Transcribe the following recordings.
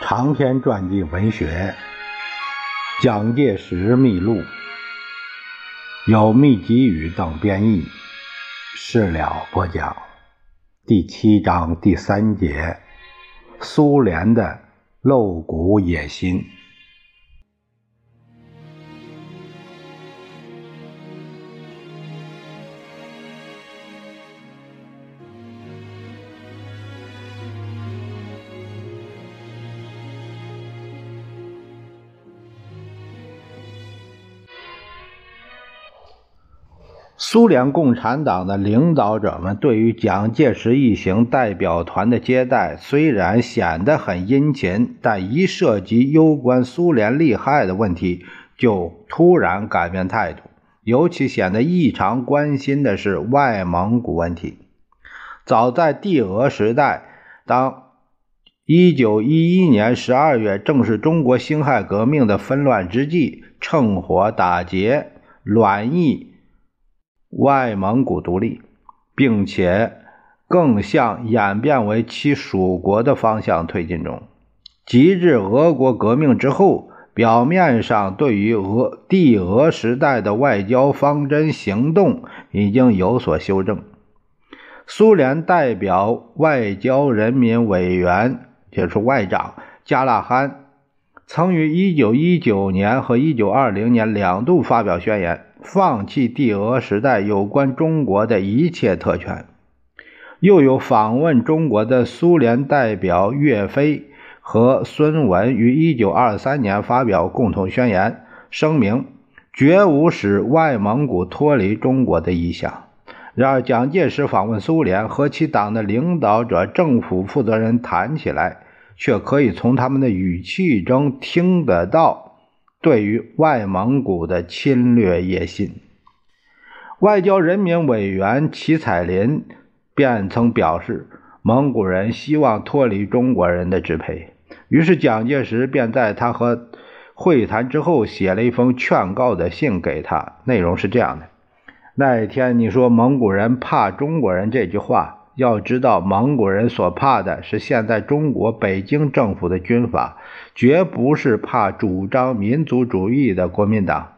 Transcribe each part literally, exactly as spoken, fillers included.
长篇传记文学《蒋介石秘录》，由密集语等编译，事了播讲。第七章第三节，苏联的露骨野心。苏联共产党的领导者们对于蒋介石一行代表团的接待，虽然显得很殷勤，但一涉及攸关苏联利害的问题，就突然改变态度。尤其显得异常关心的是外蒙古问题。早在帝俄时代，当一九一一年十二月正是中国辛亥革命的纷乱之际，趁火打劫，卵意外蒙古独立，并且更向演变为其属国的方向推进中。及至俄国革命之后，表面上对于俄帝俄时代的外交方针行动已经有所修正。苏联代表外交人民委员，就是外长加拉罕，曾于一九一九年和一九二零年两度发表宣言，放弃帝俄时代有关中国的一切特权。又有访问中国的苏联代表岳飞和孙文于一九二三年发表共同宣言，声明绝无使外蒙古脱离中国的意向。然而蒋介石访问苏联，和其党的领导者、政府负责人谈起来，却可以从他们的语气中听得到对于外蒙古的侵略野心。外交人民委员齐彩林便曾表示，蒙古人希望脱离中国人的支配。于是蒋介石便在他和会谈之后写了一封劝告的信给他，内容是这样的：那一天你说蒙古人怕中国人这句话，要知道蒙古人所怕的是现在中国北京政府的军阀，绝不是怕主张民族主义的国民党。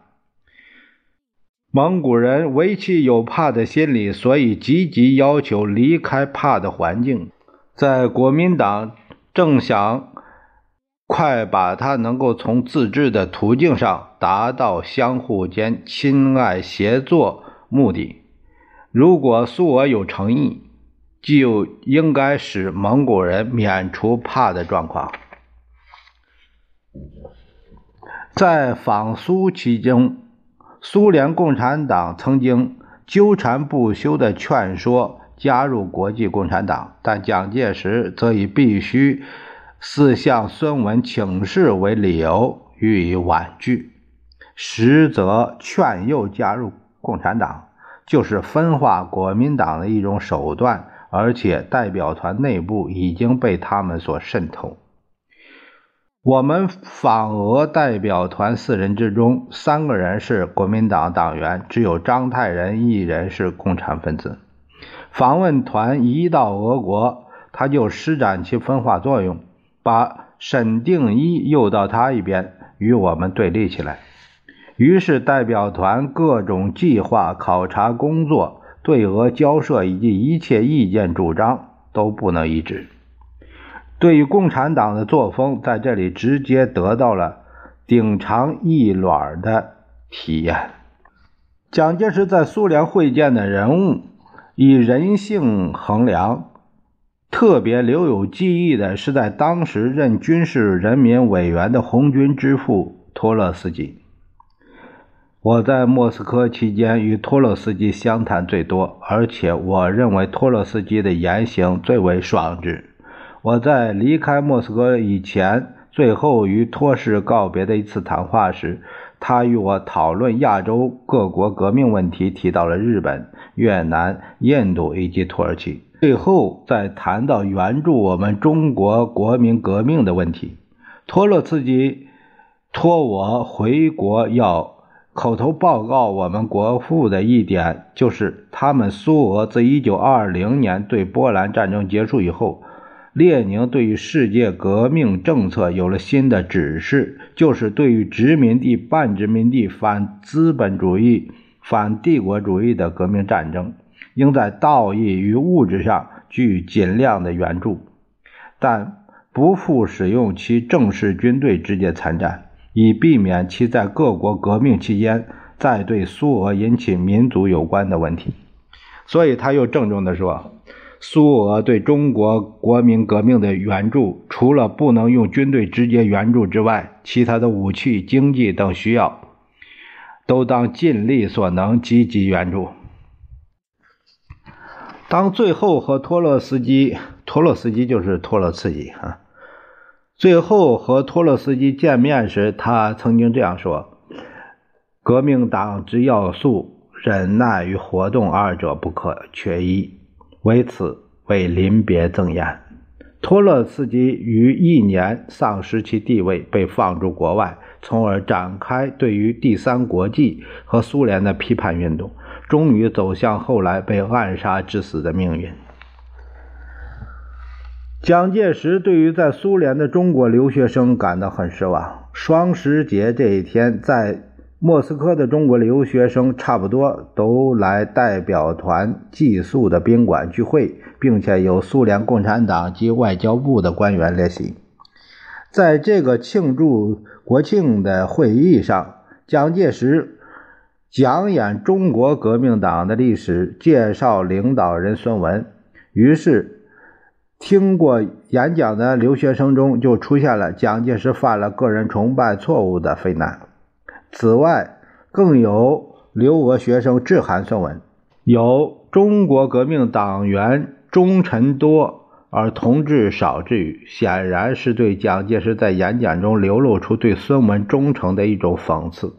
蒙古人为其有怕的心理，所以积极要求离开怕的环境。在国民党正想快把他能够从自治的途径上达到相互间亲爱协作目的。如果苏俄有诚意，就应该使蒙古人免除怕的状况。在访苏期间，苏联共产党曾经纠缠不休地劝说加入国际共产党，但蒋介石则以必须似向孙文请示为理由予以婉拒。实则劝诱加入共产党就是分化国民党的一种手段，而且代表团内部已经被他们所渗透。我们访俄代表团四人之中，三个人是国民党党员，只有章太仁一人是共产分子。访问团一到俄国，他就施展其分化作用，把沈定一诱到他一边，与我们对立起来。于是代表团各种计划、考察工作、对俄交涉以及一切意见主张都不能一致。对于共产党的作风，在这里直接得到了顶肠一卵的体验。蒋介石在苏联会见的人物以人性衡量，特别留有记忆的是在当时任军事人民委员的红军之父托洛斯基。我在莫斯科期间与托洛斯基相谈最多，而且我认为托洛斯基的言行最为爽直。我在离开莫斯科以前，最后与托氏告别的一次谈话时，他与我讨论亚洲各国革命问题，提到了日本、越南、印度以及土耳其。最后再谈到援助我们中国国民革命的问题。托洛茨基托我回国要口头报告我们国父的一点，就是他们苏俄自一九二零年对波兰战争结束以后， 列宁对于世界革命政策有了新的指示，就是对于殖民地、半殖民地反资本主义、反帝国主义的革命战争，应在道义与物质上给予尽量的援助，但不复使用其正式军队直接参战，以避免其在各国革命期间再对苏俄引起民族有关的问题。所以他又郑重地说，苏俄对中国国民革命的援助，除了不能用军队直接援助之外，其他的武器、经济等需要都当尽力所能积极援助。当最后和托洛斯基，托洛斯基就是托洛茨基啊，最后和托洛斯基见面时，他曾经这样说：革命党之要素，忍耐与活动二者不可缺一，为此为临别赠言。托洛茨基于一年丧失其地位，被放逐国外，从而展开对于第三国际和苏联的批判运动，终于走向后来被暗杀致死的命运。蒋介石对于在苏联的中国留学生感到很失望。双十节这一天，在莫斯科的中国留学生差不多都来代表团寄宿的宾馆聚会，并且有苏联共产党及外交部的官员列席。在这个庆祝国庆的会议上，蒋介石讲演中国革命党的历史，介绍领导人孙文。于是听过演讲的留学生中就出现了蒋介石犯了个人崇拜错误的非难。此外，更有留俄学生致函孙文，有中国革命党员忠臣多而同志少之语，显然是对蒋介石在演讲中流露出对孙文忠诚的一种讽刺。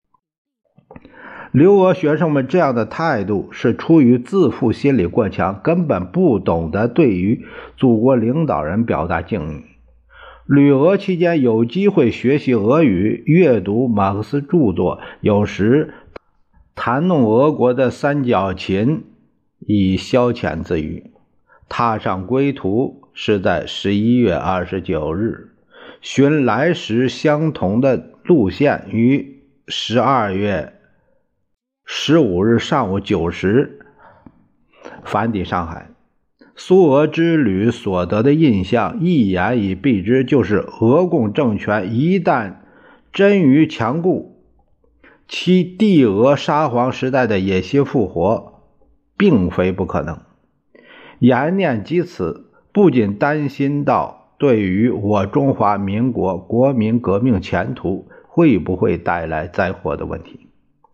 留俄学生们这样的态度是出于自负心理过强，根本不懂得对于祖国领导人表达敬意。旅俄期间有机会学习俄语，阅读马克思著作，有时弹弄俄国的三角琴以消遣自娱。踏上归途是在十一月二十九日，寻来时相同的路线，于十二月十五日上午九时返抵上海。苏俄之旅所得的印象一言以蔽之，就是俄共政权一旦臻于强固，其帝俄沙皇时代的野心复活并非不可能。言念及此，不仅担心到对于我中华民国国民革命前途会不会带来灾祸的问题。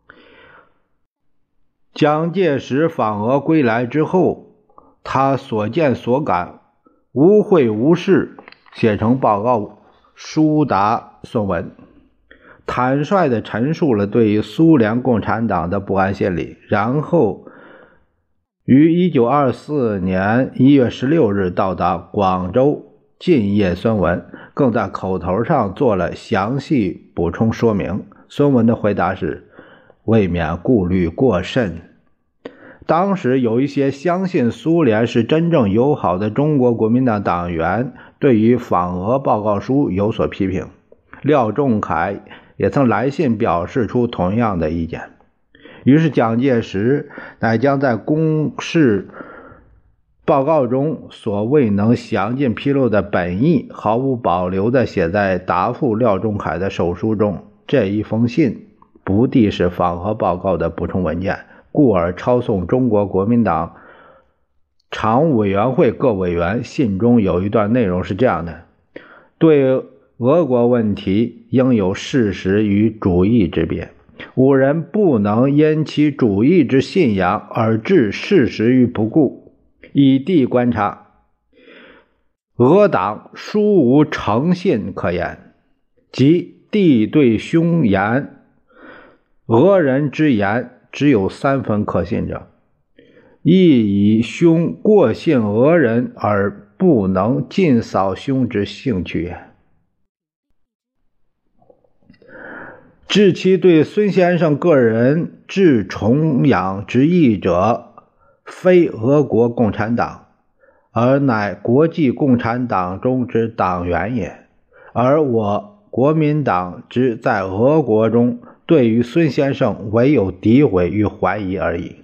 蒋介石访俄归来之后，他所见所感无讳无事，写成报告书达孙文，坦率地陈述了对于苏联共产党的不安心理，然后于一九二四年一月十六日到达广州进谒孙文，更在口头上做了详细补充说明。孙文的回答是：为免顾虑过甚。当时有一些相信苏联是真正友好的中国国民党党员对于访俄报告书有所批评，廖仲恺也曾来信表示出同样的意见。于是蒋介石乃将在公示报告中所未能详尽披露的本意毫无保留地写在答复廖仲恺的手书中。这一封信不地是访俄报告的补充文件，故而抄送中国国民党常务委员会各委员。信中有一段内容是这样的：对俄国问题应有事实与主义之别，吾人不能因其主义之信仰而置事实于不顾。以地观察，俄党殊无诚信可言，即地对凶言，俄人之言只有三分可信者，亦以凶过信俄人而不能尽扫凶之兴趣也。至其对孙先生个人至崇仰之意者，非俄国共产党， 而乃国际共产党中之党员也。而我国民党之在俄国中，对于孙先生唯有诋毁与怀疑而已。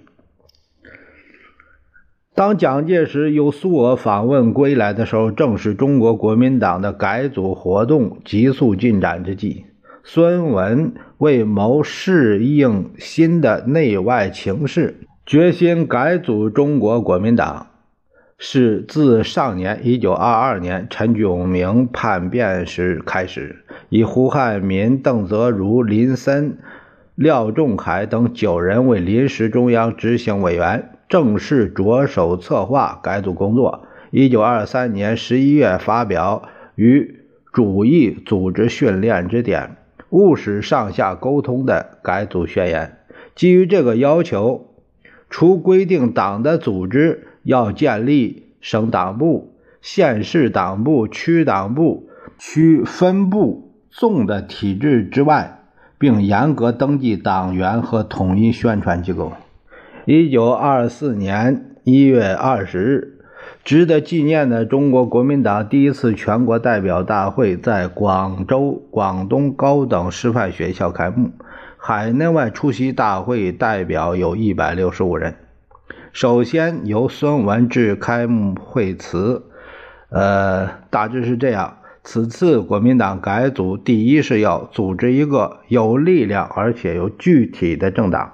当蒋介石由苏俄访问归来的时候，正是中国国民党的改组活动急速进展之际。孙文为谋适应新的内外情势，决心改组中国国民党，是自上年一九二二年陈炯明叛变时开始，以胡汉民、邓泽如、林森、廖仲恺等九人为临时中央执行委员，正式着手策划改组工作。一九二三年十一月发表于主义组织训练之典，务使上下沟通的改组宣言。基于这个要求，除规定党的组织要建立省党部、县市党部、区党部、区分部、纵的体制之外，并严格登记党员和统一宣传机构。一九二四年一月二十日，值得纪念的中国国民党第一次全国代表大会在广州广东高等师范学校开幕，海内外出席大会代表有一百六十五人。首先由孙文致开幕会词，呃，大致是这样：此次国民党改组，第一是要组织一个有力量而且有具体的政党；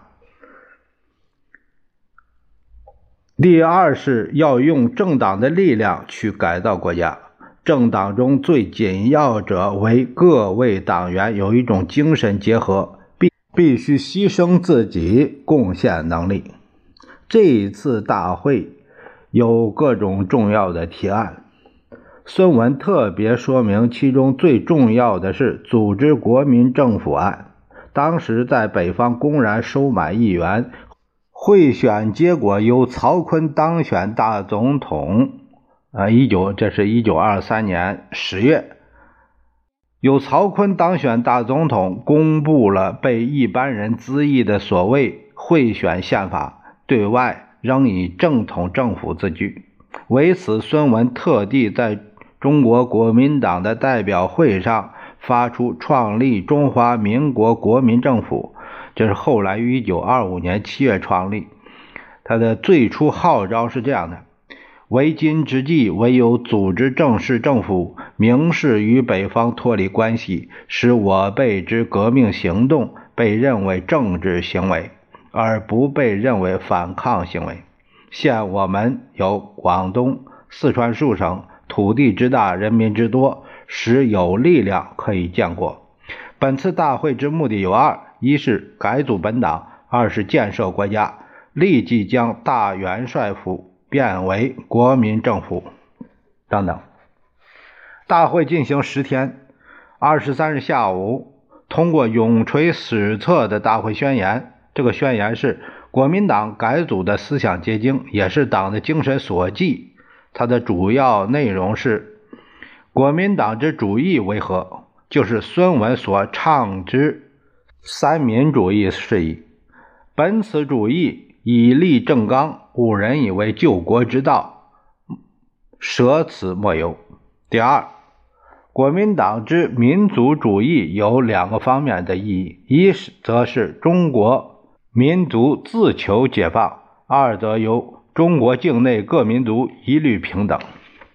第二是要用政党的力量去改造国家。政党中最紧要者为各位党员有一种精神结合，必必须牺牲自己，贡献能力。这一次大会有各种重要的提案，孙文特别说明其中最重要的是组织国民政府案。当时在北方公然收买议员，贿选结果由曹锟当选大总统，呃，一九这是一九二三年十月，由曹锟当选大总统，公布了被一般人恣意的所谓贿选宪法，对外仍以正统政府自居。为此，孙文特地在中国国民党的代表会上发出创立中华民国国民政府，这是后来于一九二五年七月创立。他的最初号召是这样的：为今之计，唯有组织正式政府，明示与北方脱离关系，使我辈之革命行动被认为政治行为，而不被认为反抗行为。现我们有广东、四川数省，土地之大，人民之多，实有力量可以建国。本次大会之目的有二：一是改组本党，二是建设国家，立即将大元帅府变为国民政府等等。大会进行十天，二十三日下午通过永垂史册的大会宣言。这个宣言是国民党改组的思想结晶，也是党的精神所寄。它的主要内容是：国民党之主义为何？就是孙文所倡之三民主义事宜。本此主义以立正纲，吾人以为救国之道，舍此莫由。第二，国民党之民族主义有两个方面的意义：一则是中国民族自求解放，二则由中国境内各民族一律平等。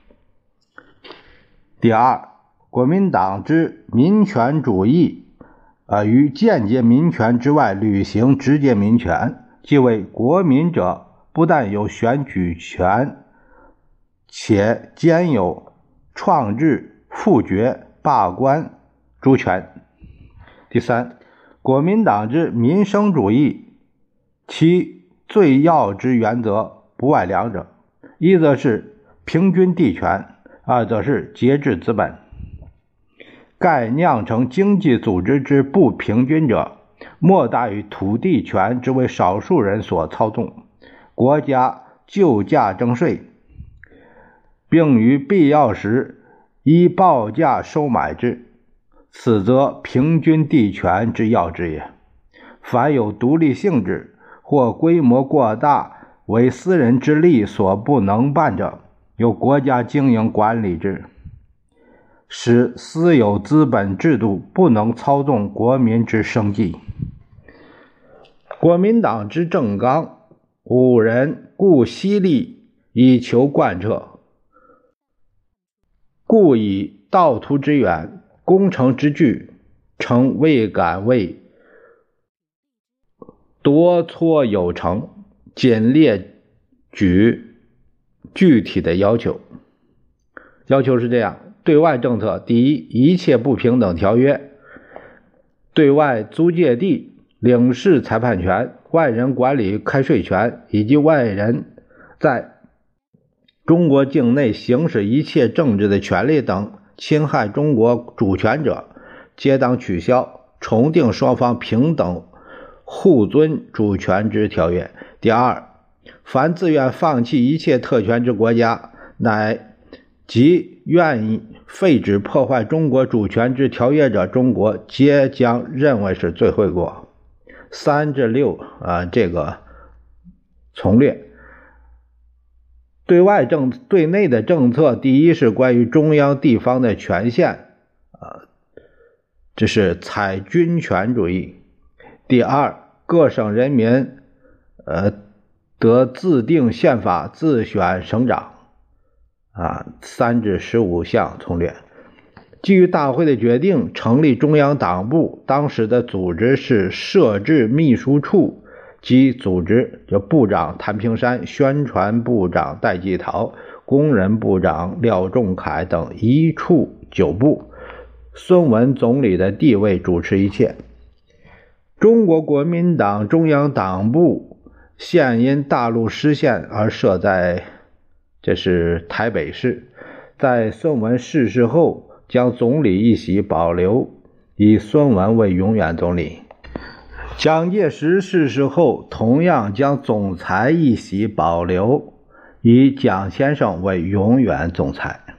第二，国民党之民权主义呃，于间接民权之外履行直接民权，即为国民者不但有选举权，且兼有创制、复决、罢官诸权。第三，国民党之民生主义，其最要之原则不外两者：一则是平均地权，二则是节制资本。盖酿成经济组织之不平均者，莫大于土地权之为少数人所操纵，国家就价征税，并于必要时依报价收买之，此则平均地权之要之也。凡有独立性质或规模过大，为私人之力所不能办者， 由国家经营管理之，使私有资本制度不能操纵国民之生计。国民党之政纲，五人故犀利以求贯彻，故以道途之远，攻城之巨，诚未敢为多措有成，仅列举具体的要求。要求是这样：对外政策，第一，一切不平等条约，对外租界地、领事裁判权、外人管理开税权，以及外人在中国境内行使一切政治的权利等侵害中国主权者，皆当取消，重订双方平等互尊主权之条约。第二，凡自愿放弃一切特权之国家，乃即愿意废止破坏中国主权之条约者，中国皆将认为是罪会国。三至六啊，这个从略。对外政对内的政策，第一是关于中央地方的权限，啊，这是采军权主义。第二，各省人民呃得自定宪法，自选省长，啊，三至十五项从略。基于大会的决定，成立中央党部，当时的组织是设置秘书处及组织，就部长谭平山、宣传部长戴季陶、工人部长廖仲恺等一处九部，孙文总理的地位主持一切。中国国民党中央党部现因大陆失陷而设在这是台北市，在孙文逝世后，将总理一席保留，以孙文为永远总理。蒋介石逝世后，同样将总裁一席保留，以蒋先生为永远总裁。